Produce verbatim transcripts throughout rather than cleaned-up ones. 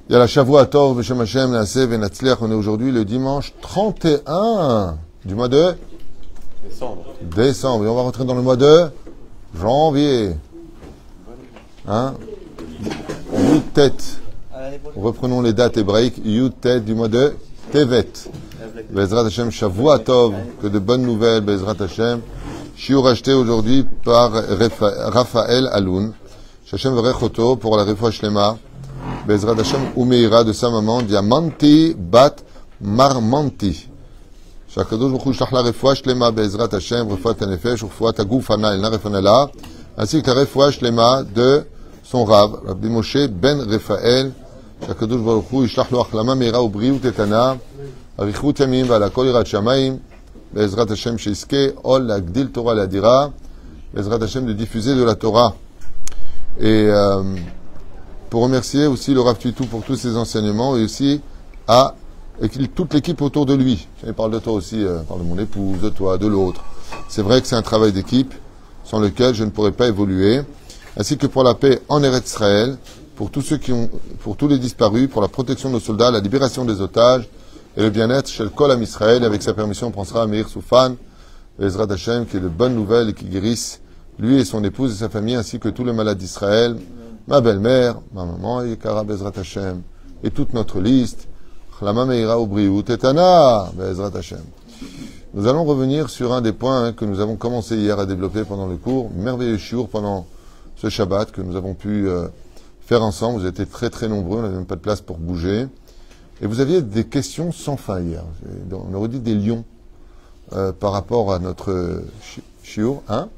Il y a la Shavua Tov, Beshem Hashem, Naaseh Venatzliach. On est aujourd'hui le dimanche trente et un du mois de décembre. Décembre. Et on va rentrer dans le mois de janvier. Hein? Yud-Tet. Reprenons les dates hébraïques. Yud-Tet du mois de Tevet. Bezrat Hashem, Shavua Tov. Que de bonnes nouvelles, Bezrat Hashem. Shiur acheté aujourd'hui par Raphaël Aloun. Hashem Verechoto pour la Refoua Shlema. Bezrat Hashem Umeira de sa maman, Diamanti Bat Marmanti. Shakadosh Baruch Hu shlach la Refoua Shlema Bezrat Hashem, Refoua Tanefesh, Refoua Tagufana El Narefanela, ainsi que la Refoua Shlema de son Rav, Rabbi Moshe Ben Raphaël. Shakadosh Baruch Hu shlach lo achlama meira ubriut etana, arichut yamim v'ala kol yirat shamayim. Bezrat Hashem Sheiske Ol Lagdil Torah Ladira. Bezrat Hashem de diffuser de la Torah. Et euh, pour remercier aussi le Rav Tuitou pour tous ses enseignements et aussi à et toute l'équipe autour de lui. Je parle de toi aussi, euh, je parle de mon épouse, de toi, de l'autre. C'est vrai que c'est un travail d'équipe sans lequel je ne pourrais pas évoluer. Ainsi que pour la paix en Eretz Israël, pour tous ceux qui ont, pour tous les disparus, pour la protection de nos soldats, la libération des otages et le bien-être chez le Kol Am Israël. Avec sa permission, on pensera à Meir Soufan, Ezrat Hashem, qui est de bonnes nouvelles et qui guérisse lui et son épouse et sa famille, ainsi que tous les malades d'Israël, ma belle-mère, ma maman, Yekara Bezrat Hashem, et toute notre liste. Chlama Meira Ubriut Etana Bezrat Hashem. Nous allons revenir sur un des points hein, que nous avons commencé hier à développer pendant le cours, merveilleux shiur pendant ce Shabbat que nous avons pu euh, faire ensemble. Vous étiez très très nombreux, on n'avait même pas de place pour bouger. Et vous aviez des questions sans fin hier. On aurait dit des lions euh, par rapport à notre shiur, hein?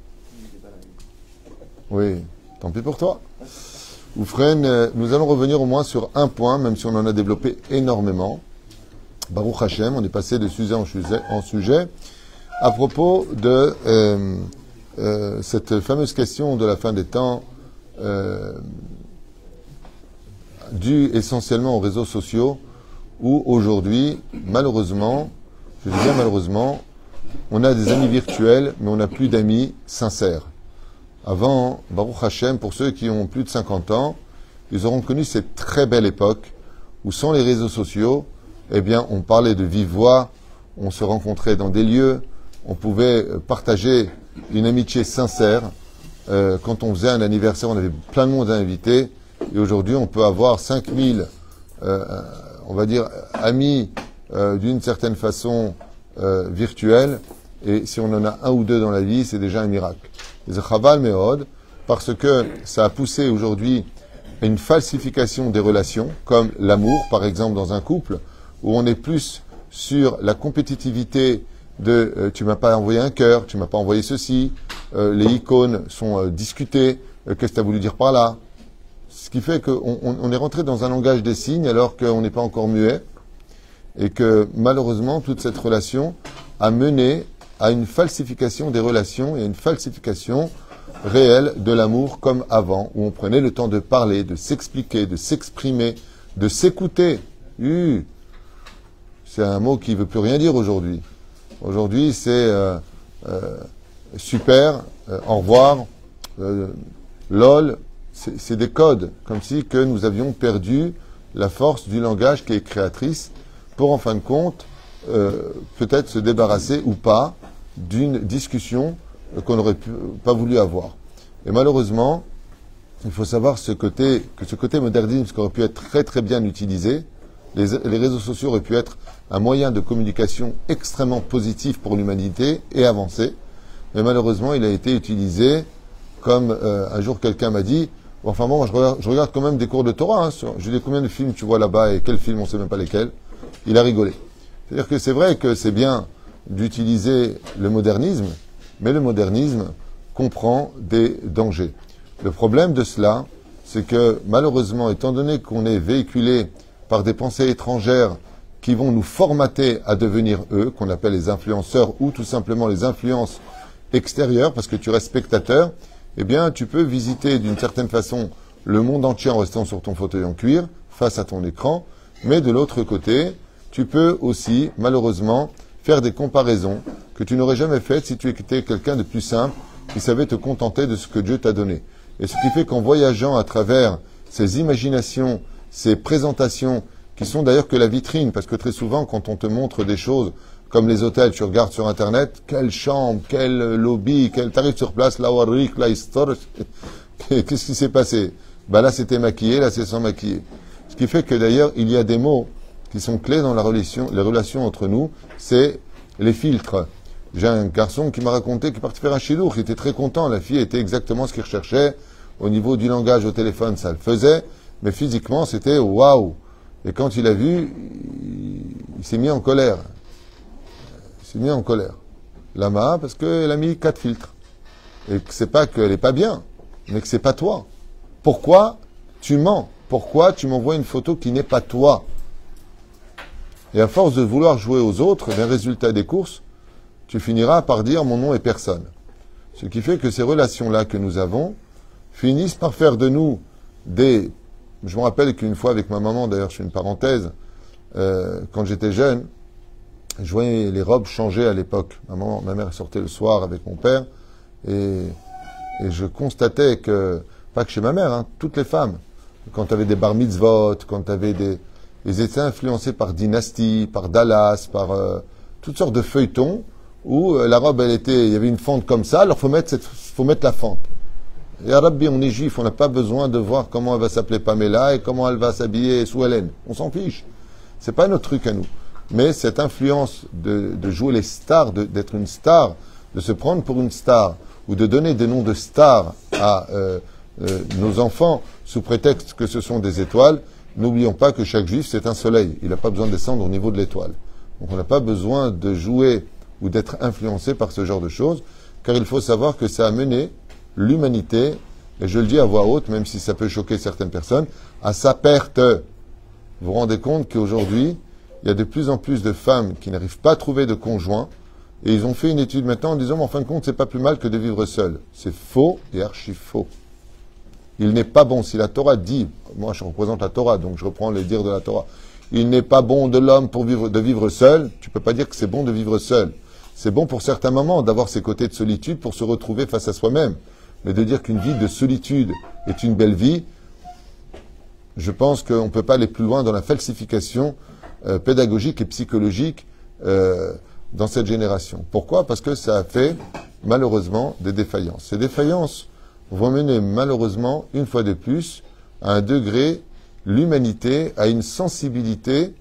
Oui, tant pis pour toi. Oufren, nous allons revenir au moins sur un point, même si on en a développé énormément. Baruch Hashem, on est passé de sujet en sujet, en sujet à propos de euh, euh, cette fameuse question de la fin des temps, euh, due essentiellement aux réseaux sociaux, où aujourd'hui, malheureusement, je dis bien malheureusement, on a des amis virtuels, mais on n'a plus d'amis sincères. Avant, Baruch Hashem, pour ceux qui ont plus de cinquante ans, ils auront connu cette très belle époque où, sans les réseaux sociaux, eh bien, on parlait de vive voix, on se rencontrait dans des lieux, on pouvait partager une amitié sincère. Euh, quand on faisait un anniversaire, on avait plein de monde à inviter. Et aujourd'hui, on peut avoir cinq mille, euh, on va dire, amis euh, d'une certaine façon euh, virtuelle. Et si on en a un ou deux dans la vie, c'est déjà un miracle. C'est Chaval Meod, parce que ça a poussé aujourd'hui à une falsification des relations, comme l'amour, par exemple, dans un couple, où on est plus sur la compétitivité de euh, tu m'as pas envoyé un cœur, tu m'as pas envoyé ceci, euh, les icônes sont euh, discutées, euh, qu'est-ce que tu as voulu dire par là? Ce qui fait qu'on on, on est rentré dans un langage des signes alors qu'on n'est pas encore muet, et que malheureusement, toute cette relation a mené à une falsification des relations et à une falsification réelle de l'amour comme avant, où on prenait le temps de parler, de s'expliquer, de s'exprimer, de s'écouter. Uh, c'est un mot qui ne veut plus rien dire aujourd'hui. Aujourd'hui, c'est euh, euh, super, euh, au revoir, euh, lol, c'est, c'est des codes, comme si que nous avions perdu la force du langage qui est créatrice pour, en fin de compte, euh, peut-être se débarrasser ou pas d'une discussion qu'on n'aurait pas voulu avoir. Et malheureusement, il faut savoir ce côté, que ce côté modernisme qui aurait pu être très très bien utilisé, les, les réseaux sociaux auraient pu être un moyen de communication extrêmement positif pour l'humanité et avancé, mais malheureusement il a été utilisé comme euh, un jour quelqu'un m'a dit, bon, enfin bon, moi je regarde, je regarde quand même des cours de Torah, hein, sur, je dis combien de films tu vois là-bas et quels films on ne sait même pas lesquels, il a rigolé. C'est-à-dire que c'est vrai que c'est bien d'utiliser le modernisme, mais le modernisme comprend des dangers. Le problème de cela, c'est que malheureusement, étant donné qu'on est véhiculé par des pensées étrangères qui vont nous formater à devenir eux, qu'on appelle les influenceurs ou tout simplement les influences extérieures, parce que tu restes spectateur, eh bien tu peux visiter d'une certaine façon le monde entier en restant sur ton fauteuil en cuir, face à ton écran, mais de l'autre côté, tu peux aussi, malheureusement, faire des comparaisons que tu n'aurais jamais faites si tu étais quelqu'un de plus simple, qui savait te contenter de ce que Dieu t'a donné. Et ce qui fait qu'en voyageant à travers ces imaginations ces présentations qui sont d'ailleurs que la vitrine, parce que très souvent, quand on te montre des choses comme les hôtels, tu regardes sur Internet, quelle chambre, quel lobby, quel tarif sur place, la warrik, la histoire, qu'est-ce qui s'est passé? Ben là, c'était maquillé, là, c'est sans maquiller. Ce qui fait que d'ailleurs, il y a des mots qui sont clés dans la relation, les relations entre nous, c'est les filtres. J'ai un garçon qui m'a raconté qu'il partait faire un chidour, il était très content, la fille était exactement ce qu'il recherchait. Au niveau du langage au téléphone, ça le faisait, mais physiquement, c'était waouh. Et quand il a vu, il, il s'est mis en colère. Il s'est mis en colère. Lama, parce qu'elle a mis quatre filtres. Et que c'est pas qu'elle est pas bien, mais que c'est pas toi. Pourquoi tu mens? Pourquoi tu m'envoies une photo qui n'est pas toi? Et à force de vouloir jouer aux autres, les résultats des courses, tu finiras par dire mon nom est personne. Ce qui fait que ces relations-là que nous avons finissent par faire de nous des... Je me rappelle qu'une fois avec ma maman, d'ailleurs je fais une parenthèse, euh, quand j'étais jeune, je voyais les robes changer à l'époque. Maman, ma mère sortait le soir avec mon père et, et je constatais que, pas que chez ma mère, hein, toutes les femmes, quand tu avais des bar mitzvot, quand tu avais des... Ils étaient influencés par Dynasty, par Dallas, par euh, toutes sortes de feuilletons où euh, la robe, elle était, il y avait une fente comme ça, alors faut mettre cette, faut mettre la fente. Et à Rabbi, on est juif, on n'a pas besoin de voir comment elle va s'appeler Pamela et comment elle va s'habiller sous Hélène. On s'en fiche. C'est pas notre truc à nous. Mais cette influence de, de jouer les stars, de, d'être une star, de se prendre pour une star, ou de donner des noms de stars à euh, euh, nos enfants sous prétexte que ce sont des étoiles, n'oublions pas que chaque juif, c'est un soleil. Il n'a pas besoin de descendre au niveau de l'étoile. Donc on n'a pas besoin de jouer ou d'être influencé par ce genre de choses, car il faut savoir que ça a mené l'humanité, et je le dis à voix haute, même si ça peut choquer certaines personnes, à sa perte. Vous vous rendez compte qu'aujourd'hui, il y a de plus en plus de femmes qui n'arrivent pas à trouver de conjoint, et ils ont fait une étude maintenant en disant, mais en fin de compte, c'est pas plus mal que de vivre seul. C'est faux et archi faux. Il n'est pas bon, si la Torah dit, moi je représente la Torah, donc je reprends les dires de la Torah, il n'est pas bon de l'homme pour vivre, de vivre seul, tu peux pas dire que c'est bon de vivre seul. C'est bon pour certains moments d'avoir ces côtés de solitude pour se retrouver face à soi-même. Mais de dire qu'une vie de solitude est une belle vie, je pense qu'on ne peut pas aller plus loin dans la falsification euh, pédagogique et psychologique euh, dans cette génération. Pourquoi? Parce que ça a fait, malheureusement, des défaillances. Ces défaillances vont mener, malheureusement, une fois de plus, à un degré, l'humanité, à une sensibilité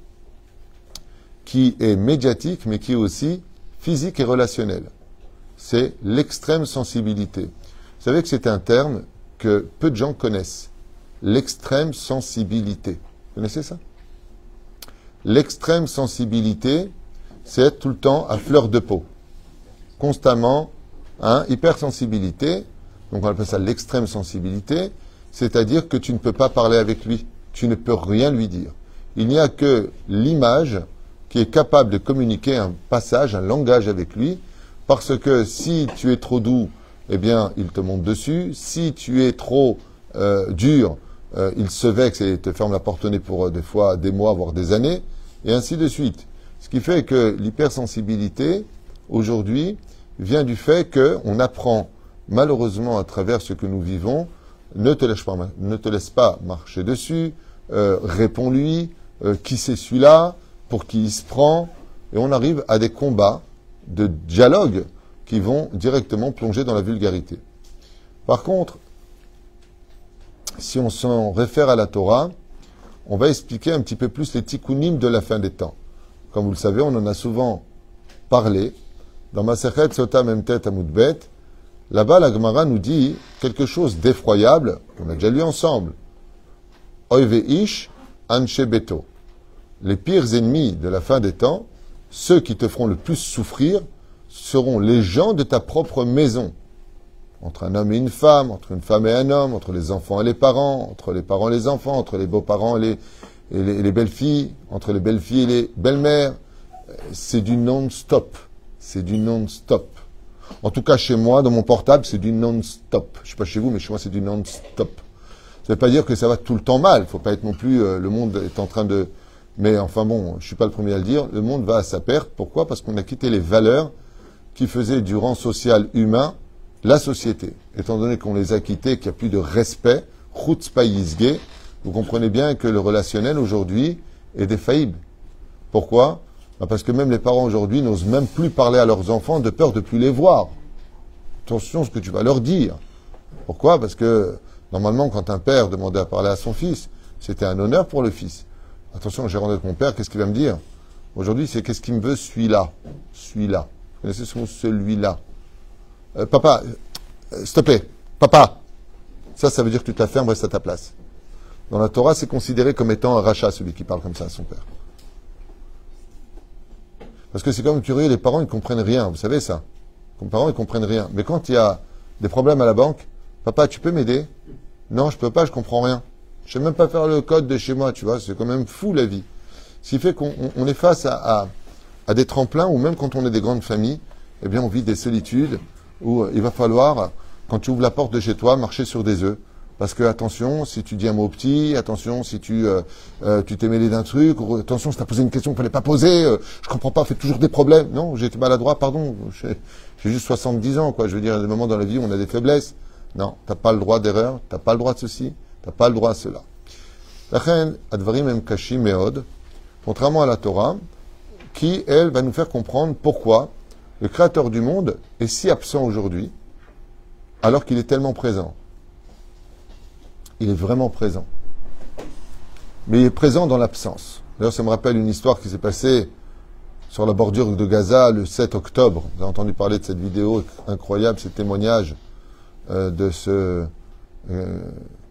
qui est médiatique, mais qui est aussi physique et relationnelle. C'est l'extrême sensibilité. Vous savez que c'est un terme que peu de gens connaissent. L'extrême sensibilité. Vous connaissez ça? L'extrême sensibilité, c'est être tout le temps à fleur de peau. Constamment, hein, hypersensibilité. Donc on appelle ça l'extrême sensibilité. C'est-à-dire que tu ne peux pas parler avec lui. Tu ne peux rien lui dire. Il n'y a que l'image qui est capable de communiquer un passage, un langage avec lui. Parce que si tu es trop doux, eh bien, il te monte dessus. Si tu es trop euh, dur, euh, il se vexe et te ferme la porte au nez pour euh, des fois des mois, voire des années, et ainsi de suite. Ce qui fait que l'hypersensibilité, aujourd'hui, vient du fait qu'on apprend, malheureusement, à travers ce que nous vivons, ne te laisse pas, ne te laisse pas marcher dessus, euh, réponds-lui, euh, qui c'est celui-là, pour qui il se prend, et on arrive à des combats de dialogue qui vont directement plonger dans la vulgarité. Par contre, si on s'en réfère à la Torah, on va expliquer un petit peu plus les tikkunim de la fin des temps. Comme vous le savez, on en a souvent parlé. Dans Masechet Sota Memtet Amud Bet, là-bas, la Gemara nous dit quelque chose d'effroyable, on a déjà lu ensemble. Oive ish anshe beto. Les pires ennemis de la fin des temps, ceux qui te feront le plus souffrir, seront les gens de ta propre maison. Entre un homme et une femme, entre une femme et un homme, entre les enfants et les parents, entre les parents et les enfants, entre les beaux-parents et les, et les, et les belles-filles, entre les belles-filles et les belles-mères. C'est du non-stop. C'est du non-stop. En tout cas, chez moi, dans mon portable, c'est du non-stop. Je ne sais pas chez vous, mais chez moi, c'est du non-stop. Ça ne veut pas dire que ça va tout le temps mal. Il ne faut pas être non plus... Euh, le monde est en train de... Mais enfin bon, je ne suis pas le premier à le dire. Le monde va à sa perte. Pourquoi? Parce qu'on a quitté les valeurs qui faisaient du rang social humain la société. Étant donné qu'on les a quittés, qu'il n'y a plus de respect, chutzpah yizgeh, vous comprenez bien que le relationnel aujourd'hui est défaillible. Pourquoi? Ben parce que même les parents aujourd'hui n'osent même plus parler à leurs enfants de peur de plus les voir. Attention à ce que tu vas leur dire. Pourquoi? Parce que normalement, quand un père demandait à parler à son fils, c'était un honneur pour le fils. Attention, j'ai rendu mon père, qu'est-ce qu'il va me dire? Aujourd'hui, c'est qu'est-ce qu'il me veut? Celui-là. Celui-là. Vous connaissez ce mot? Celui-là. Euh, papa, euh, s'il te plaît, papa. Ça, ça veut dire que tu te la fermes, reste à ta place. Dans la Torah, c'est considéré comme étant un rachat, celui qui parle comme ça à son père. Parce que c'est quand même curieux, les parents, ils ne comprennent rien. Vous savez ça? Les parents, ils ne comprennent rien. Mais quand il y a des problèmes à la banque, papa, tu peux m'aider? Non, je ne peux pas, je ne comprends rien. Je ne sais même pas faire le code de chez moi, tu vois. C'est quand même fou, la vie. Ce qui fait qu'on on est face à, à, à des tremplins où même quand on est des grandes familles, eh bien, on vit des solitudes où euh, il va falloir, quand tu ouvres la porte de chez toi, marcher sur des œufs. Parce que, attention, si tu dis un mot petit, attention, si tu euh, euh, tu t'es mêlé d'un truc, ou, attention, si tu as posé une question qu'il ne fallait pas poser, euh, je comprends pas, fais toujours des problèmes. Non, j'ai été maladroit, pardon, j'ai juste soixante-dix ans, quoi. Je veux dire, il y a des moments dans la vie où on a des faiblesses. Non, tu n'as pas le droit d'erreur, tu n'as pas le droit de ceci, tu n'as pas le droit à cela. La reine Advarim Em Kashim Meod, contrairement à la Torah, qui, elle, va nous faire comprendre pourquoi le Créateur du monde est si absent aujourd'hui, alors qu'il est tellement présent. Il est vraiment présent. Mais il est présent dans l'absence. D'ailleurs, ça me rappelle une histoire qui s'est passée sur la bordure de Gaza le sept octobre. Vous avez entendu parler de cette vidéo incroyable, ce témoignage euh, de ce euh, euh,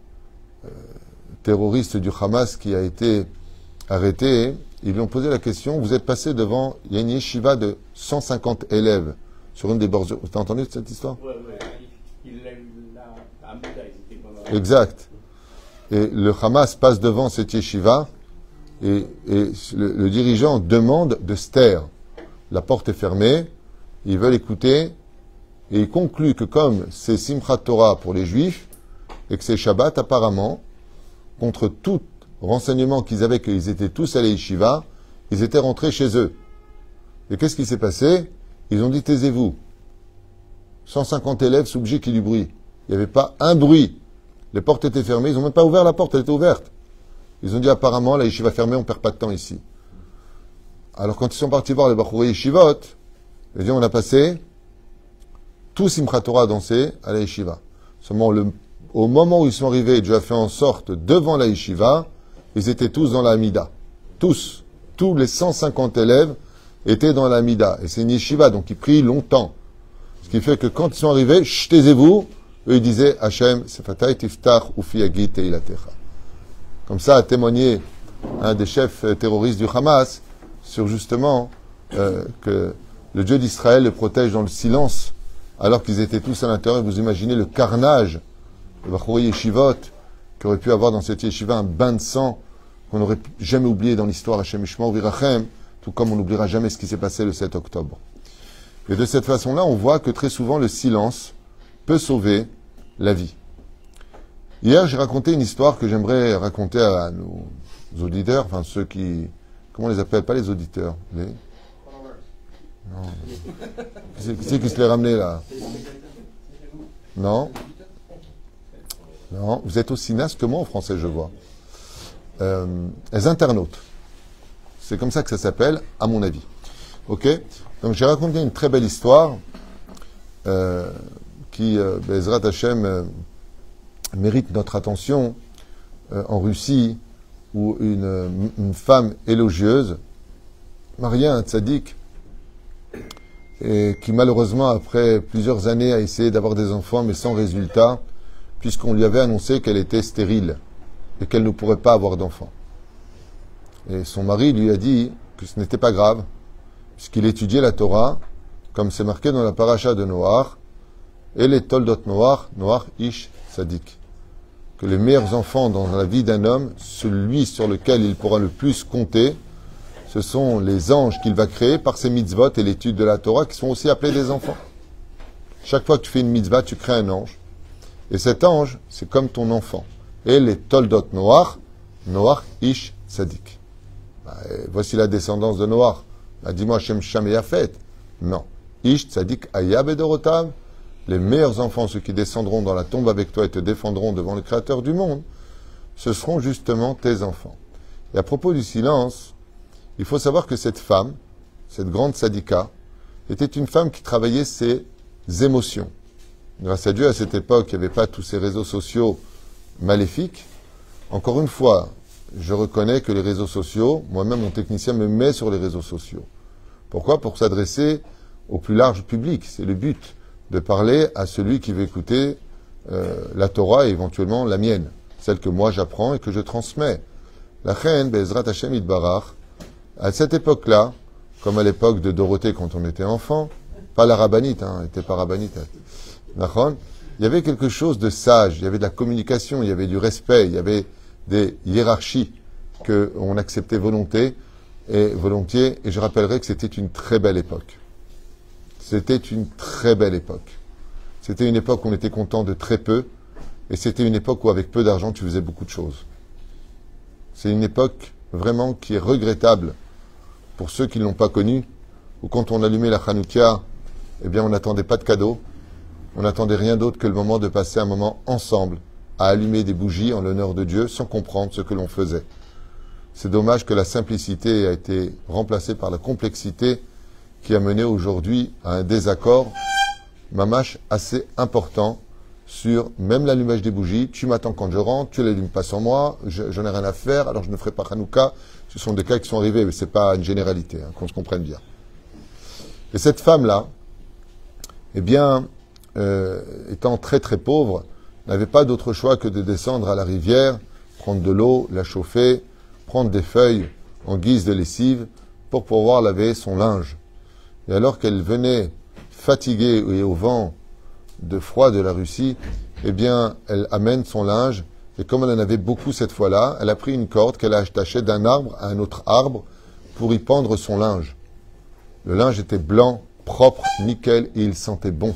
terroriste du Hamas qui a été arrêté. Ils lui ont posé la question, vous êtes passé devant, il y a une yeshiva de cent cinquante élèves sur une des bordures. Vous avez entendu cette histoire? Oui, oui. Il l'a eu à Amouda, ils étaient pendant... Exact. Et le Hamas passe devant cette yeshiva et, et le, le dirigeant demande de se taire. La porte est fermée, ils veulent écouter et il conclut que comme c'est Simchat Torah pour les Juifs et que c'est Shabbat apparemment, contre tout renseignement qu'ils avaient qu'ils étaient tous à la yeshiva, ils étaient rentrés chez eux. Et qu'est-ce qui s'est passé? Ils ont dit taisez-vous. cent cinquante élèves sous qu'il y ait du bruit. Il n'y avait pas un bruit. Les portes étaient fermées, ils n'ont même pas ouvert la porte, elle était ouverte. Ils ont dit apparemment, la yeshiva fermée, on ne perd pas de temps ici. Alors quand ils sont partis voir les Bachouré Yeshivot, ils ont dit on a passé tout Simchat Torah à danser à la yeshiva. Seulement le, au moment où ils sont arrivés, Dieu a fait en sorte, devant la yeshiva, ils étaient tous dans la Hamida. Tous. Tous les cent cinquante élèves étaient dans la Hamida. Et c'est une yeshiva, donc ils prient longtemps. Ce qui fait que quand ils sont arrivés, chut, taisez-vous, eux, ils disaient, Hachem, Sefatay Tiftar Ufi Yagid Teilatecha. Comme ça a témoigné un des chefs terroristes du Hamas sur justement euh, que le Dieu d'Israël les protège dans le silence, alors qu'ils étaient tous à l'intérieur. Vous imaginez le carnage de Bachouri Yeshivot, qui aurait pu avoir dans cette yeshiva un bain de sang qu'on n'aurait jamais oublié dans l'histoire Hachem Ishmael Virachem, tout comme on n'oubliera jamais ce qui s'est passé le sept octobre. Et de cette façon-là, on voit que très souvent le silence peut sauver la vie. Hier, j'ai raconté une histoire que j'aimerais raconter à nos auditeurs, enfin ceux qui... Comment on les appelle? Pas les auditeurs. Les... Non. Qui c'est, qui c'est qui se les ramenait là? Non. Non. Vous êtes aussi naze que moi en français, je vois. Euh, les internautes. C'est comme ça que ça s'appelle, à mon avis. Ok? Donc j'ai raconté une très belle histoire euh, qui, euh, Bezrat Hashem, euh, mérite notre attention euh, en Russie, où une, une femme élogieuse, mariée à un tzaddik, et qui malheureusement, après plusieurs années, a essayé d'avoir des enfants, mais sans résultat, puisqu'on lui avait annoncé qu'elle était stérile et qu'elle ne pourrait pas avoir d'enfants. Et son mari lui a dit que ce n'était pas grave, puisqu'il étudiait la Torah, comme c'est marqué dans la paracha de Noach, et les Toldot Noach, Noach Ish Sadik. Que les meilleurs enfants dans la vie d'un homme, celui sur lequel il pourra le plus compter, ce sont les anges qu'il va créer par ses mitzvot et l'étude de la Torah, qui sont aussi appelés des enfants. Chaque fois que tu fais une mitzvah, tu crées un ange. Et cet ange, c'est comme ton enfant. Et les Toldot Noach, Noach Ish Sadik. Bah, voici la descendance de Noach. Bah, dis-moi, Shem Sham et Yafet. Non. Ish Sadik Ayab et Dorotav. Les meilleurs enfants, ceux qui descendront dans la tombe avec toi et te défendront devant le Créateur du monde, ce seront justement tes enfants. Et à propos du silence, il faut savoir que cette femme, cette grande sadika, était une femme qui travaillait ses émotions. Grâce à Dieu, à cette époque, il n'y avait pas tous ces réseaux sociaux maléfiques. Encore une fois, je reconnais que les réseaux sociaux, moi-même, mon technicien me met sur les réseaux sociaux. Pourquoi? Pour s'adresser au plus large public. C'est le but, de parler à celui qui veut écouter euh, la Torah et éventuellement la mienne, celle que moi j'apprends et que je transmets. La reine, Bezrat Hashem Yitbarach, à cette époque-là, comme à l'époque de Dorothée quand on était enfant, pas la rabbinite, hein, elle n'était pas rabbinite, il y avait quelque chose de sage, il y avait de la communication, il y avait du respect, il y avait des hiérarchies qu'on acceptait volonté et volontiers, et je rappellerai que c'était une très belle époque. C'était une très belle époque. C'était une époque où on était content de très peu, et c'était une époque où avec peu d'argent tu faisais beaucoup de choses. C'est une époque vraiment qui est regrettable pour ceux qui ne l'ont pas connue, où quand on allumait la Hanouka, eh bien on n'attendait pas de cadeaux, on n'attendait rien d'autre que le moment de passer un moment ensemble, à allumer des bougies en l'honneur de Dieu sans comprendre ce que l'on faisait. C'est dommage que la simplicité a été remplacée par la complexité qui a mené aujourd'hui à un désaccord, mamache, assez important sur même l'allumage des bougies. Tu m'attends quand je rentre, tu l'allumes pas sans moi, je, j'en ai rien à faire, alors je ne ferai pas Hanouka. Ce sont des cas qui sont arrivés, mais ce n'est pas une généralité, hein, qu'on se comprenne bien. Et cette femme-là, eh bien, euh, étant très très pauvre, n'avait pas d'autre choix que de descendre à la rivière, prendre de l'eau, la chauffer, prendre des feuilles en guise de lessive pour pouvoir laver son linge. Et alors qu'elle venait fatiguée et au vent de froid de la Russie, eh bien, elle amène son linge, et comme elle en avait beaucoup cette fois-là, elle a pris une corde qu'elle a attachée d'un arbre à un autre arbre pour y pendre son linge. Le linge était blanc, propre, nickel, et il sentait bon.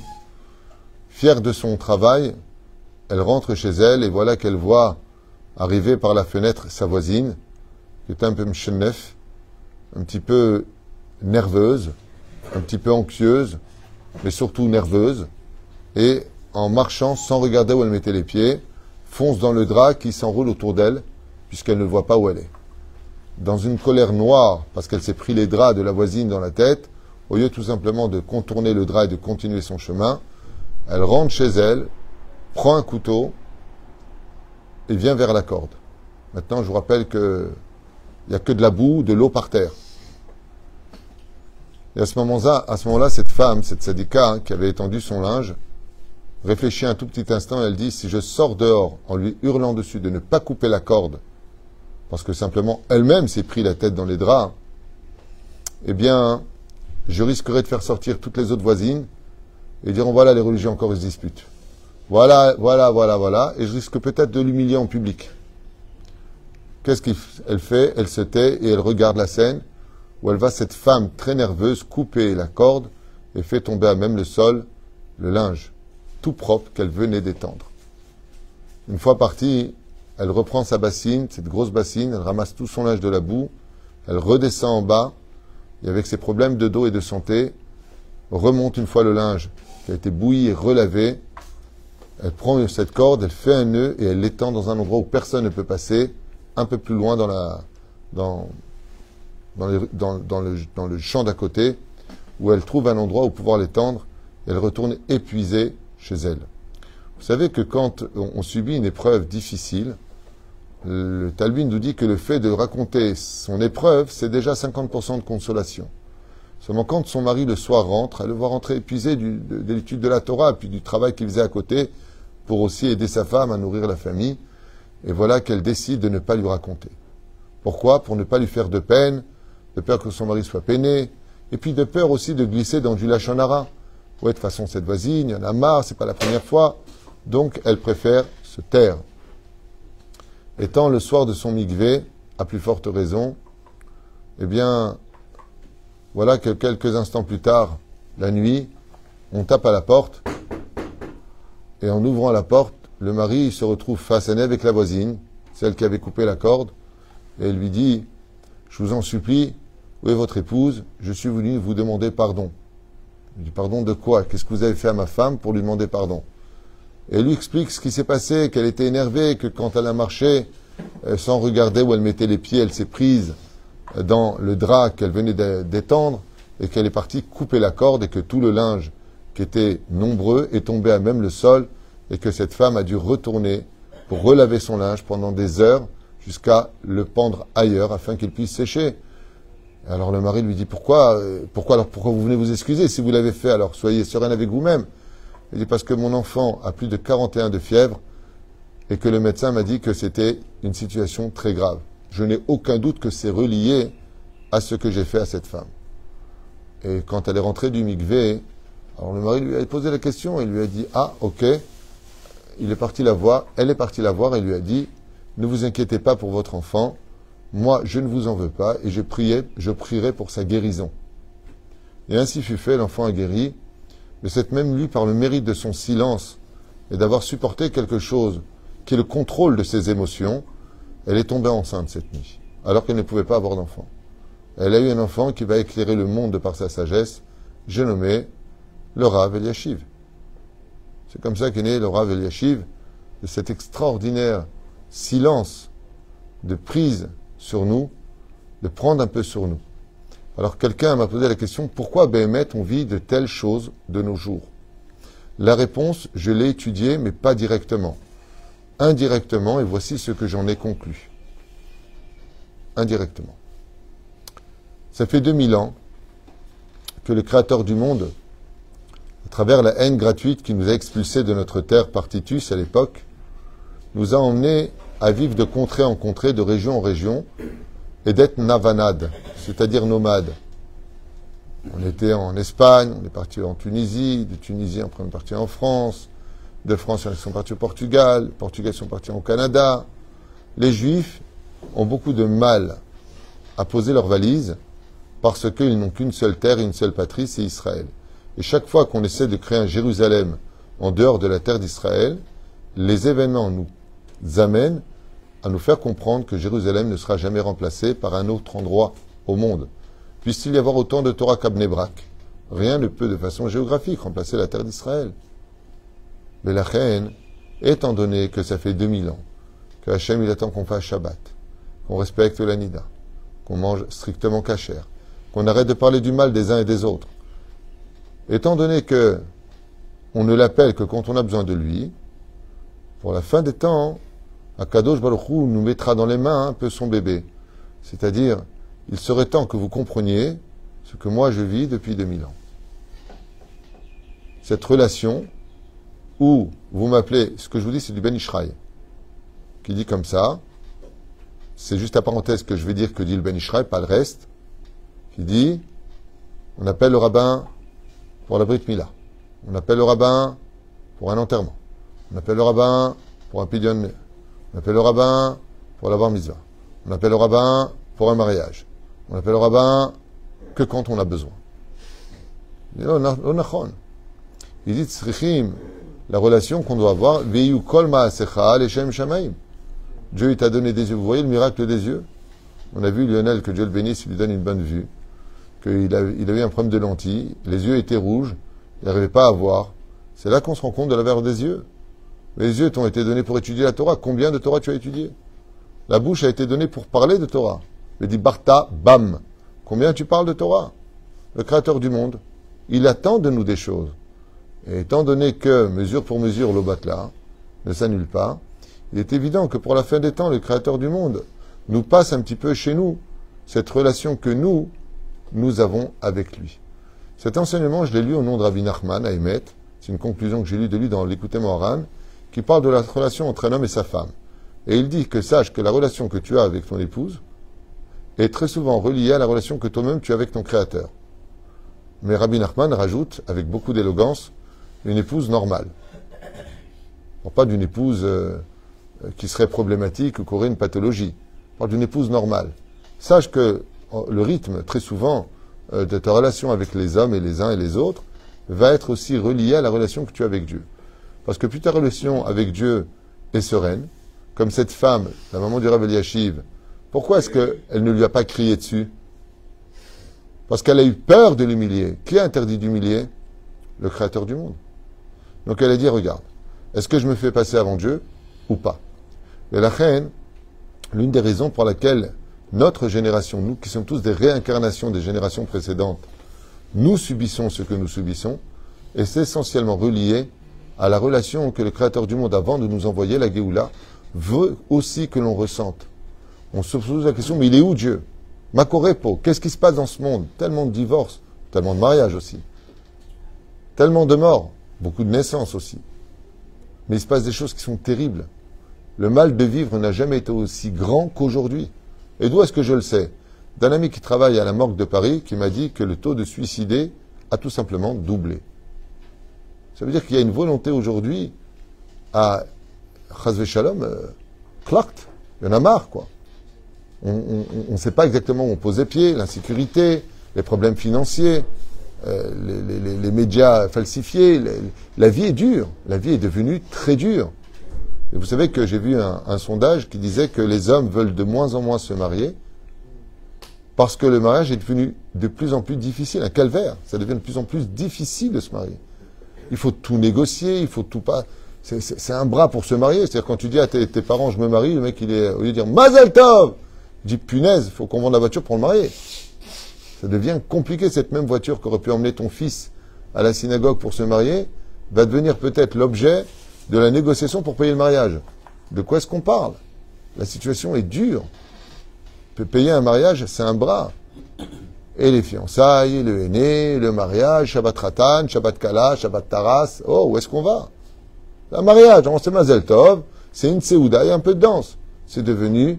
Fière de son travail, elle rentre chez elle, et voilà qu'elle voit arriver par la fenêtre sa voisine, qui est un peu mchenef, un petit peu nerveuse, un petit peu anxieuse, mais surtout nerveuse, et en marchant sans regarder où elle mettait les pieds, fonce dans le drap qui s'enroule autour d'elle, puisqu'elle ne voit pas où elle est. Dans une colère noire, parce qu'elle s'est pris les draps de la voisine dans la tête, au lieu tout simplement de contourner le drap et de continuer son chemin, elle rentre chez elle, prend un couteau et vient vers la corde. Maintenant, je vous rappelle qu'il n'y a que de la boue, de l'eau par terre. Et à ce moment-là, à ce moment-là, cette femme, cette sadika, hein, qui avait étendu son linge, réfléchit un tout petit instant et elle dit, si je sors dehors en lui hurlant dessus de ne pas couper la corde, parce que simplement elle-même s'est pris la tête dans les draps, eh bien, je risquerais de faire sortir toutes les autres voisines et diront, voilà, les religieux encore ils se disputent. Voilà, voilà, voilà, voilà, et je risque peut-être de l'humilier en public. Qu'est-ce qu'elle fait? Elle se tait et elle regarde la scène où elle va, cette femme très nerveuse, couper la corde et fait tomber à même le sol le linge, tout propre qu'elle venait d'étendre. Une fois partie, elle reprend sa bassine, cette grosse bassine, elle ramasse tout son linge de la boue, elle redescend en bas, et avec ses problèmes de dos et de santé, remonte une fois le linge qui a été bouilli et relavé, elle prend cette corde, elle fait un nœud et elle l'étend dans un endroit où personne ne peut passer, un peu plus loin dans, la, dans, dans, les, dans, dans, le, dans le champ d'à côté, où elle trouve un endroit où pouvoir l'étendre, et elle retourne épuisée chez elle. Vous savez que quand on subit une épreuve difficile, le Talmud nous dit que le fait de raconter son épreuve, c'est déjà cinquante pour cent de consolation. Seulement quand son mari le soir rentre, elle le voit rentrer épuisé du, de, de l'étude de la Torah, puis du travail qu'il faisait à côté, pour aussi aider sa femme à nourrir la famille, et voilà qu'elle décide de ne pas lui raconter. Pourquoi? Pour ne pas lui faire de peine, de peur que son mari soit peiné, et puis de peur aussi de glisser dans du lachon hara. Ouais, de toute façon, cette voisine, il y en a marre, c'est pas la première fois. Donc, elle préfère se taire. Étant le soir de son mikvé, à plus forte raison, eh bien, voilà que quelques instants plus tard, la nuit, on tape à la porte, et en ouvrant la porte, le mari se retrouve face à nez avec la voisine, celle qui avait coupé la corde, et elle lui dit, je vous en supplie, où est votre épouse? Je suis venu vous demander pardon. Il dit, pardon de quoi? Qu'est-ce que vous avez fait à ma femme pour lui demander pardon? Et elle lui explique ce qui s'est passé, qu'elle était énervée, que quand elle a marché, euh, sans regarder où elle mettait les pieds, elle s'est prise dans le drap qu'elle venait d'étendre et qu'elle est partie couper la corde et que tout le linge qui était nombreux est tombé à même le sol et que cette femme a dû retourner pour relaver son linge pendant des heures jusqu'à le pendre ailleurs afin qu'il puisse sécher. Et alors le mari lui dit pourquoi, pourquoi, alors pourquoi vous venez vous excuser si vous l'avez fait, alors soyez sereine avec vous-même. Il dit parce que mon enfant a plus de quarante et un de fièvre et que le médecin m'a dit que c'était une situation très grave. Je n'ai aucun doute que c'est relié à ce que j'ai fait à cette femme. Et quand elle est rentrée du mikvé, alors le mari lui a posé la question et lui a dit « Ah, ok ». Il est parti la voir, elle est partie la voir et lui a dit « Ne vous inquiétez pas pour votre enfant, moi je ne vous en veux pas et je, priais, je prierai pour sa guérison. » Et ainsi fut fait, l'enfant a guéri, mais cette même lui, par le mérite de son silence et d'avoir supporté quelque chose qui est le contrôle de ses émotions, elle est tombée enceinte cette nuit, alors qu'elle ne pouvait pas avoir d'enfant. Elle a eu un enfant qui va éclairer le monde par sa sagesse, j'ai nommé le Rav Eliashiv. C'est comme ça qu'est né le Rav Eliashiv, de cet extraordinaire silence de prise sur nous, de prendre un peu sur nous. Alors quelqu'un m'a posé la question, pourquoi Béhémet on vit de telles choses de nos jours? La réponse, je l'ai étudiée, mais pas directement. Indirectement, et voici ce que j'en ai conclu. Indirectement. Ça fait deux mille ans que le Créateur du monde, à travers la haine gratuite qui nous a expulsés de notre terre par Titus à l'époque, nous a emmenés à vivre de contrée en contrée, de région en région, et d'être navanades, c'est-à-dire nomades. On était en Espagne, on est parti en Tunisie, de Tunisie on est parti en France, de France ils sont partis au Portugal, les Portugais sont partis au Canada. Les Juifs ont beaucoup de mal à poser leurs valises parce qu'ils n'ont qu'une seule terre et une seule patrie, c'est Israël. Et chaque fois qu'on essaie de créer un Jérusalem en dehors de la terre d'Israël, les événements nous amènent à nous faire comprendre que Jérusalem ne sera jamais remplacé par un autre endroit au monde. Puisse-t-il y avoir autant de Torah qu'à Bnei Brak, rien ne peut de façon géographique remplacer la terre d'Israël. Mais la reine, étant donné que ça fait deux mille ans, que Hachem il attend qu'on fasse Shabbat, qu'on respecte la Nida, qu'on mange strictement kasher, qu'on arrête de parler du mal des uns et des autres, étant donné que on ne l'appelle que quand on a besoin de lui, pour la fin des temps, Akadosh Baruch Hu nous mettra dans les mains un peu son bébé. C'est-à-dire, il serait temps que vous compreniez ce que moi je vis depuis deux mille ans. Cette relation où vous m'appelez, ce que je vous dis c'est du Ben Ishraï, qui dit comme ça, c'est juste la parenthèse que je vais dire que dit le Ben Ishraï, pas le reste, qui dit, on appelle le rabbin pour la Brit Mila, on appelle le rabbin pour un enterrement, on appelle le rabbin pour un pidyon, on appelle le rabbin pour la bar mitzvah, on appelle le rabbin pour un mariage, on appelle le rabbin que quand on a besoin. Il dit, tzrichim, la relation qu'on doit avoir, Veyu kol ma'asecha leshem shamaim. Dieu il t'a donné des yeux. Vous voyez le miracle des yeux? On a vu Lionel, que Dieu le bénisse, il lui donne une bonne vue, qu'il a, il avait un problème de lentilles, les yeux étaient rouges, il n'arrivait pas à voir. C'est là qu'on se rend compte de la valeur des yeux. Les yeux t'ont été donnés pour étudier la Torah. Combien de Torah tu as étudié? La bouche a été donnée pour parler de Torah. Il dit Barta, bam. Combien tu parles de Torah? Le Créateur du monde, il attend de nous des choses. Et étant donné que, mesure pour mesure, l'obatla ne s'annule pas, il est évident que pour la fin des temps, le Créateur du monde nous passe un petit peu chez nous cette relation que nous, nous avons avec lui. Cet enseignement, je l'ai lu au nom de Rabbi Nachman à Emet. C'est une conclusion que j'ai lue de lui dans l'Écoutez Moharan, qui parle de la relation entre un homme et sa femme. Et il dit que sache que la relation que tu as avec ton épouse est très souvent reliée à la relation que toi-même tu as avec ton Créateur. Mais Rabbi Nachman rajoute, avec beaucoup d'élégance, une épouse normale. On ne parle pas d'une épouse euh, qui serait problématique ou qui aurait une pathologie. On parle d'une épouse normale. Sache que le rythme, très souvent, euh, de ta relation avec les hommes et les uns et les autres, va être aussi relié à la relation que tu as avec Dieu. Parce que plus ta relation avec Dieu est sereine, comme cette femme, la maman du Rav Eliashiv, pourquoi est-ce qu'elle ne lui a pas crié dessus? Parce qu'elle a eu peur de l'humilier. Qui a interdit d'humilier? Le Créateur du monde. Donc elle a dit, regarde, est-ce que je me fais passer avant Dieu ou pas? Et la reine, l'une des raisons pour laquelle notre génération, nous qui sommes tous des réincarnations des générations précédentes, nous subissons ce que nous subissons, et c'est essentiellement relié à la relation que le Créateur du monde, avant de nous envoyer la Géoula, veut aussi que l'on ressente. On se pose la question, mais il est où Dieu? Makorepo, qu'est-ce qui se passe dans ce monde? Tellement de divorces, tellement de mariages aussi, tellement de morts, beaucoup de naissances aussi. Mais il se passe des choses qui sont terribles. Le mal de vivre n'a jamais été aussi grand qu'aujourd'hui. Et d'où est-ce que je le sais? D'un ami qui travaille à la morgue de Paris, qui m'a dit que le taux de suicidés a tout simplement doublé. Ça veut dire qu'il y a une volonté aujourd'hui à Chazve Shalom, euh, clact, il y en a marre, quoi. On ne sait pas exactement où on posait pied, l'insécurité, les problèmes financiers, euh, les, les, les médias falsifiés. Les, la vie est dure, la vie est devenue très dure. Et vous savez que j'ai vu un, un sondage qui disait que les hommes veulent de moins en moins se marier parce que le mariage est devenu de plus en plus difficile, un calvaire. Ça devient de plus en plus difficile de se marier. Il faut tout négocier, il faut tout pas... C'est, c'est, c'est un bras pour se marier. C'est-à-dire quand tu dis à tes, tes parents « je me marie », le mec il est, au lieu de dire « Mazel Tov », il dit « punaise, il faut qu'on vende la voiture pour le marier ». Ça devient compliqué. Cette même voiture qu'aurait pu emmener ton fils à la synagogue pour se marier va devenir peut-être l'objet de la négociation pour payer le mariage. De quoi est-ce qu'on parle? La situation est dure. Payer un mariage, c'est un bras. Et les fiançailles, le henné, le mariage, Shabbat Ratan, Shabbat Kala, Shabbat Taras. Oh, où est-ce qu'on va? Un mariage, on sait Mazel Tov, c'est une Seouda et un peu de danse. C'est devenu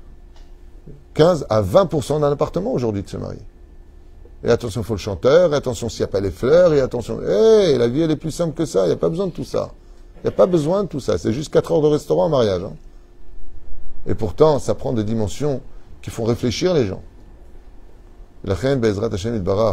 quinze à vingt pour cent d'un appartement aujourd'hui de se marier. Et attention, il faut le chanteur, et attention s'il n'y a pas les fleurs, et attention... Hé, hey, la vie elle est plus simple que ça, il n'y a pas besoin de tout ça. Il n'y a pas besoin de tout ça, c'est juste quatre heures de restaurant, un mariage. Hein. Et pourtant, ça prend des dimensions qui font réfléchir les gens. La reine Bezrat Hashem Itbarach.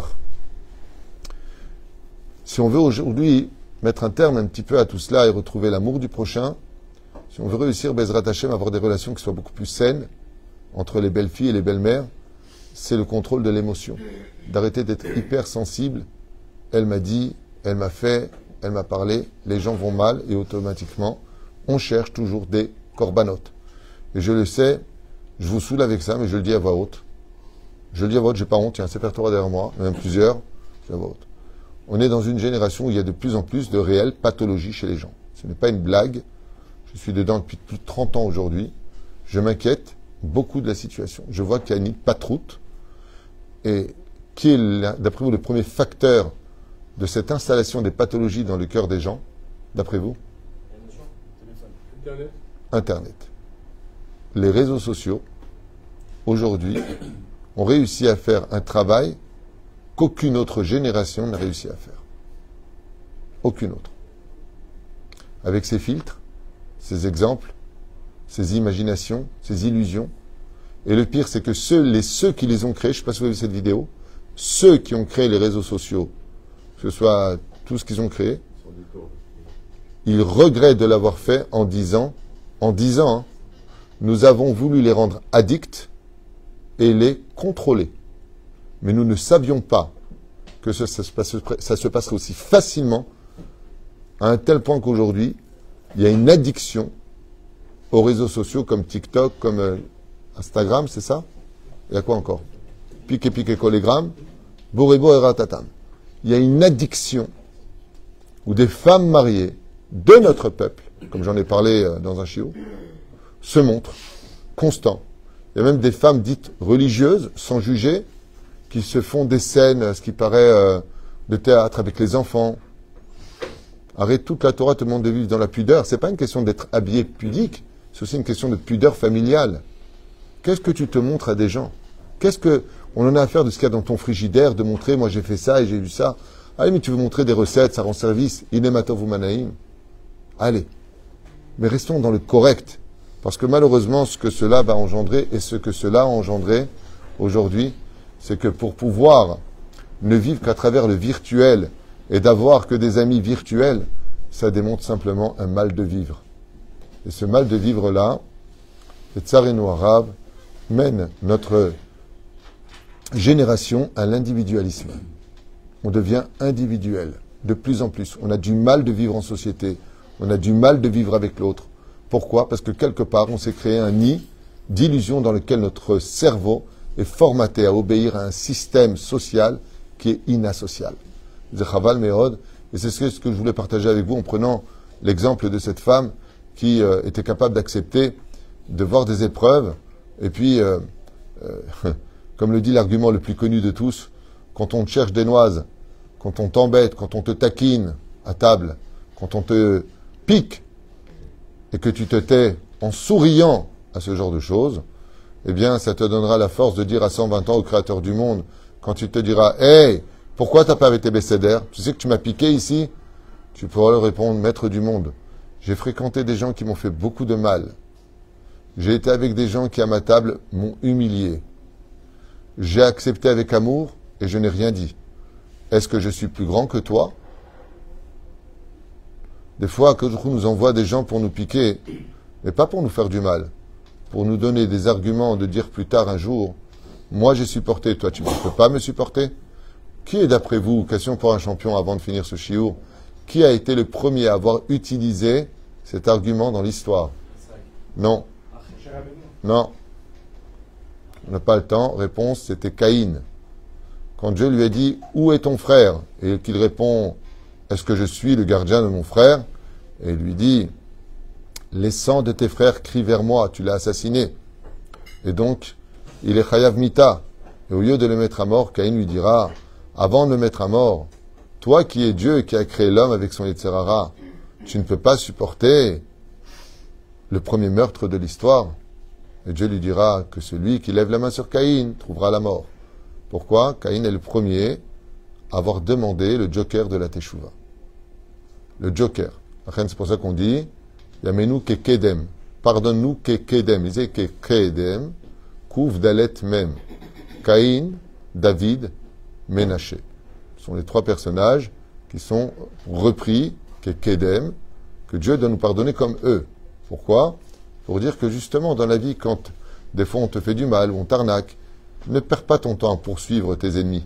Si on veut aujourd'hui mettre un terme un petit peu à tout cela et retrouver l'amour du prochain, si on veut réussir Bezrat Hashem à avoir des relations qui soient beaucoup plus saines entre les belles filles et les belles mères, c'est le contrôle de l'émotion. D'arrêter d'être hyper sensible. Elle m'a dit, elle m'a fait, elle m'a parlé, les gens vont mal et automatiquement, on cherche toujours des corbanotes. Et je le sais, je vous saoule avec ça, mais je le dis à voix haute. Je le dis à voix haute, j'ai pas honte, il y a un Sefer Torah derrière moi, même plusieurs, je dis à voix haute. On est dans une génération où il y a de plus en plus de réelles pathologies chez les gens. Ce n'est pas une blague. Je suis dedans depuis plus de trente ans aujourd'hui. Je m'inquiète beaucoup de la situation. Je vois qu'il y a une patroute. Et qui est, d'après vous, le premier facteur de cette installation des pathologies dans le cœur des gens, d'après vous? Internet. Internet. Les réseaux sociaux, aujourd'hui, ont réussi à faire un travail qu'aucune autre génération n'a réussi à faire. Aucune autre. Avec ses filtres, ses exemples, ses imaginations, ses illusions. Et le pire, c'est que ceux, les, ceux qui les ont créés, je ne sais pas si vous avez vu cette vidéo, ceux qui ont créé les réseaux sociaux, que ce soit tout ce qu'ils ont créé, ils regrettent de l'avoir fait en disant, en disant, hein, nous avons voulu les rendre addicts et les contrôler. Mais nous ne savions pas que ça, ça, se passe, ça se passerait aussi facilement, à un tel point qu'aujourd'hui, il y a une addiction aux réseaux sociaux comme TikTok, comme euh, Instagram, c'est ça? Il y a quoi encore? Pique pique collégramme, Borebo et Ratatam. Il y a une addiction où des femmes mariées de notre peuple, comme j'en ai parlé euh, dans un chiot, se montrent constants. Il y a même des femmes dites religieuses, sans juger, qui se font des scènes, ce qui paraît euh, de théâtre avec les enfants. Arrête, toute la Torah te demande de vivre dans la pudeur. C'est pas une question d'être habillé pudique, c'est aussi une question de pudeur familiale. Qu'est-ce que tu te montres à des gens? Qu'est-ce que on en a à faire de ce qu'il y a dans ton frigidaire, de montrer, moi j'ai fait ça et j'ai vu ça. Allez, mais tu veux montrer des recettes, ça rend service. Inematov ou manaïm. Allez. Mais restons dans le correct. Parce que malheureusement, ce que cela va engendrer et ce que cela a engendré aujourd'hui, c'est que pour pouvoir ne vivre qu'à travers le virtuel et d'avoir que des amis virtuels, ça démontre simplement un mal de vivre. Et ce mal de vivre-là, le Tsareno arabe mène notre génération à l'individualisme. On devient individuel, de plus en plus. On a du mal de vivre en société, on a du mal de vivre avec l'autre. Pourquoi? Parce que quelque part, on s'est créé un nid d'illusion dans lequel notre cerveau est formaté à obéir à un système social qui est inassocial. Zechaval Meod, et c'est ce que je voulais partager avec vous en prenant l'exemple de cette femme qui euh, était capable d'accepter de voir des épreuves, et puis, euh, euh, comme le dit l'argument le plus connu de tous, quand on te cherche des noises, quand on t'embête, quand on te taquine à table, quand on te pique, et que tu te tais en souriant à ce genre de choses, eh bien, ça te donnera la force de dire à cent vingt ans au Créateur du monde, quand tu te diras « Hey, pourquoi t'as pas été bécédère? Tu sais que tu m'as piqué ici ?» Tu pourras leur répondre « Maître du monde, j'ai fréquenté des gens qui m'ont fait beaucoup de mal. J'ai été avec des gens qui, à ma table, m'ont humilié. J'ai accepté avec amour et je n'ai rien dit. Est-ce que je suis plus grand que toi ?» Des fois, que nous envoie des gens pour nous piquer, mais pas pour nous faire du mal, pour nous donner des arguments de dire plus tard un jour, moi j'ai supporté, toi tu ne peux pas me supporter. Qui est d'après vous, question pour un champion avant de finir ce chiour, qui a été le premier à avoir utilisé cet argument dans l'histoire? Non. Non. On n'a pas le temps. Réponse, c'était Caïn. Quand Dieu lui a dit, où est ton frère? Et qu'il répond, est-ce que je suis le gardien de mon frère? Et il lui dit, les sangs de tes frères crient vers moi, tu l'as assassiné. Et donc, il est chayav mita. Et au lieu de le mettre à mort, Caïn lui dira, avant de le mettre à mort, toi qui es Dieu et qui a créé l'homme avec son Yetzer Hara, tu ne peux pas supporter le premier meurtre de l'histoire. Et Dieu lui dira que celui qui lève la main sur Caïn trouvera la mort. Pourquoi? Caïn est le premier à avoir demandé le joker de la Teshuvah. Le joker. C'est pour ça qu'on dit Yamenu ke kedem. Pardonne-nous ke kedem. Il disait ke kedem, kouf dalet mem. Caïn, David, Ménaché. Ce sont les trois personnages qui sont repris, ke kedem, que Dieu doit nous pardonner comme eux. Pourquoi? Pour dire que justement, dans la vie, quand des fois on te fait du mal ou on t'arnaque, ne perds pas ton temps à poursuivre tes ennemis.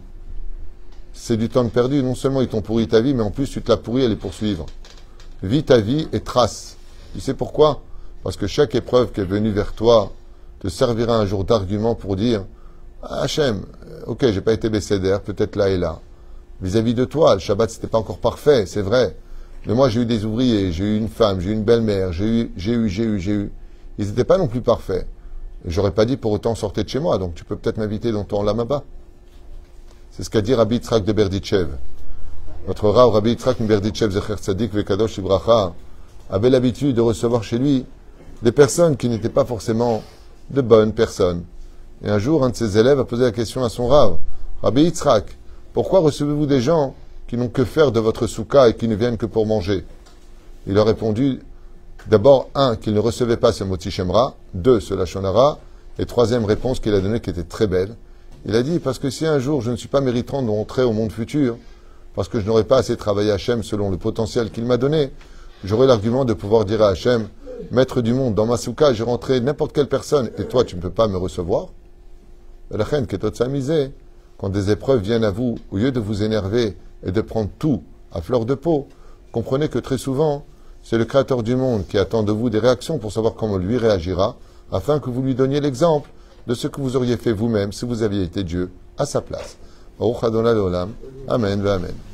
C'est du temps de perdu. Non seulement ils t'ont pourri ta vie, mais en plus tu te l'as pourri à les poursuivre. Vis ta vie et trace. Tu sais pourquoi? Parce que chaque épreuve qui est venue vers toi te servira un jour d'argument pour dire ah, Hachem, ok, j'ai pas été bécédère, peut-être là et là. Vis-à-vis de toi, le Shabbat c'était pas encore parfait, c'est vrai. Mais moi j'ai eu des ouvriers, j'ai eu une femme, j'ai eu une belle-mère, j'ai eu, j'ai eu, j'ai eu, j'ai eu. Ils n'étaient pas non plus parfaits. Et j'aurais pas dit pour autant sortez de chez moi, donc tu peux peut-être m'inviter dans ton lamaba. C'est ce qu'a dit Rabbi Yitzhak de Berditchev. Notre Rav, Rabbi Yitzhak de Berditchev, Zecher Tzadik Vekadosh Ibracha, avait l'habitude de recevoir chez lui des personnes qui n'étaient pas forcément de bonnes personnes. Et un jour, un de ses élèves a posé la question à son Rav, Rabbi Yitzhak, pourquoi recevez-vous des gens qui n'ont que faire de votre soukha et qui ne viennent que pour manger? Il a répondu, d'abord, un, qu'il ne recevait pas ce moti shemra, deux, ce lachon hara, et troisième réponse qu'il a donnée qui était très belle. Il a dit, parce que si un jour je ne suis pas méritant de rentrer au monde futur, parce que je n'aurais pas assez travaillé Hachem selon le potentiel qu'il m'a donné, j'aurai l'argument de pouvoir dire à Hachem, maître du monde, dans ma soukha, j'ai rentré n'importe quelle personne, et toi, tu ne peux pas me recevoir. La reine qui est s'amuser, quand des épreuves viennent à vous, au lieu de vous énerver et de prendre tout à fleur de peau, comprenez que très souvent, c'est le Créateur du monde qui attend de vous des réactions pour savoir comment lui réagira, afin que vous lui donniez l'exemple de ce que vous auriez fait vous-même si vous aviez été Dieu à sa place. Baruch Adonai Leolam. Amen ve Amen.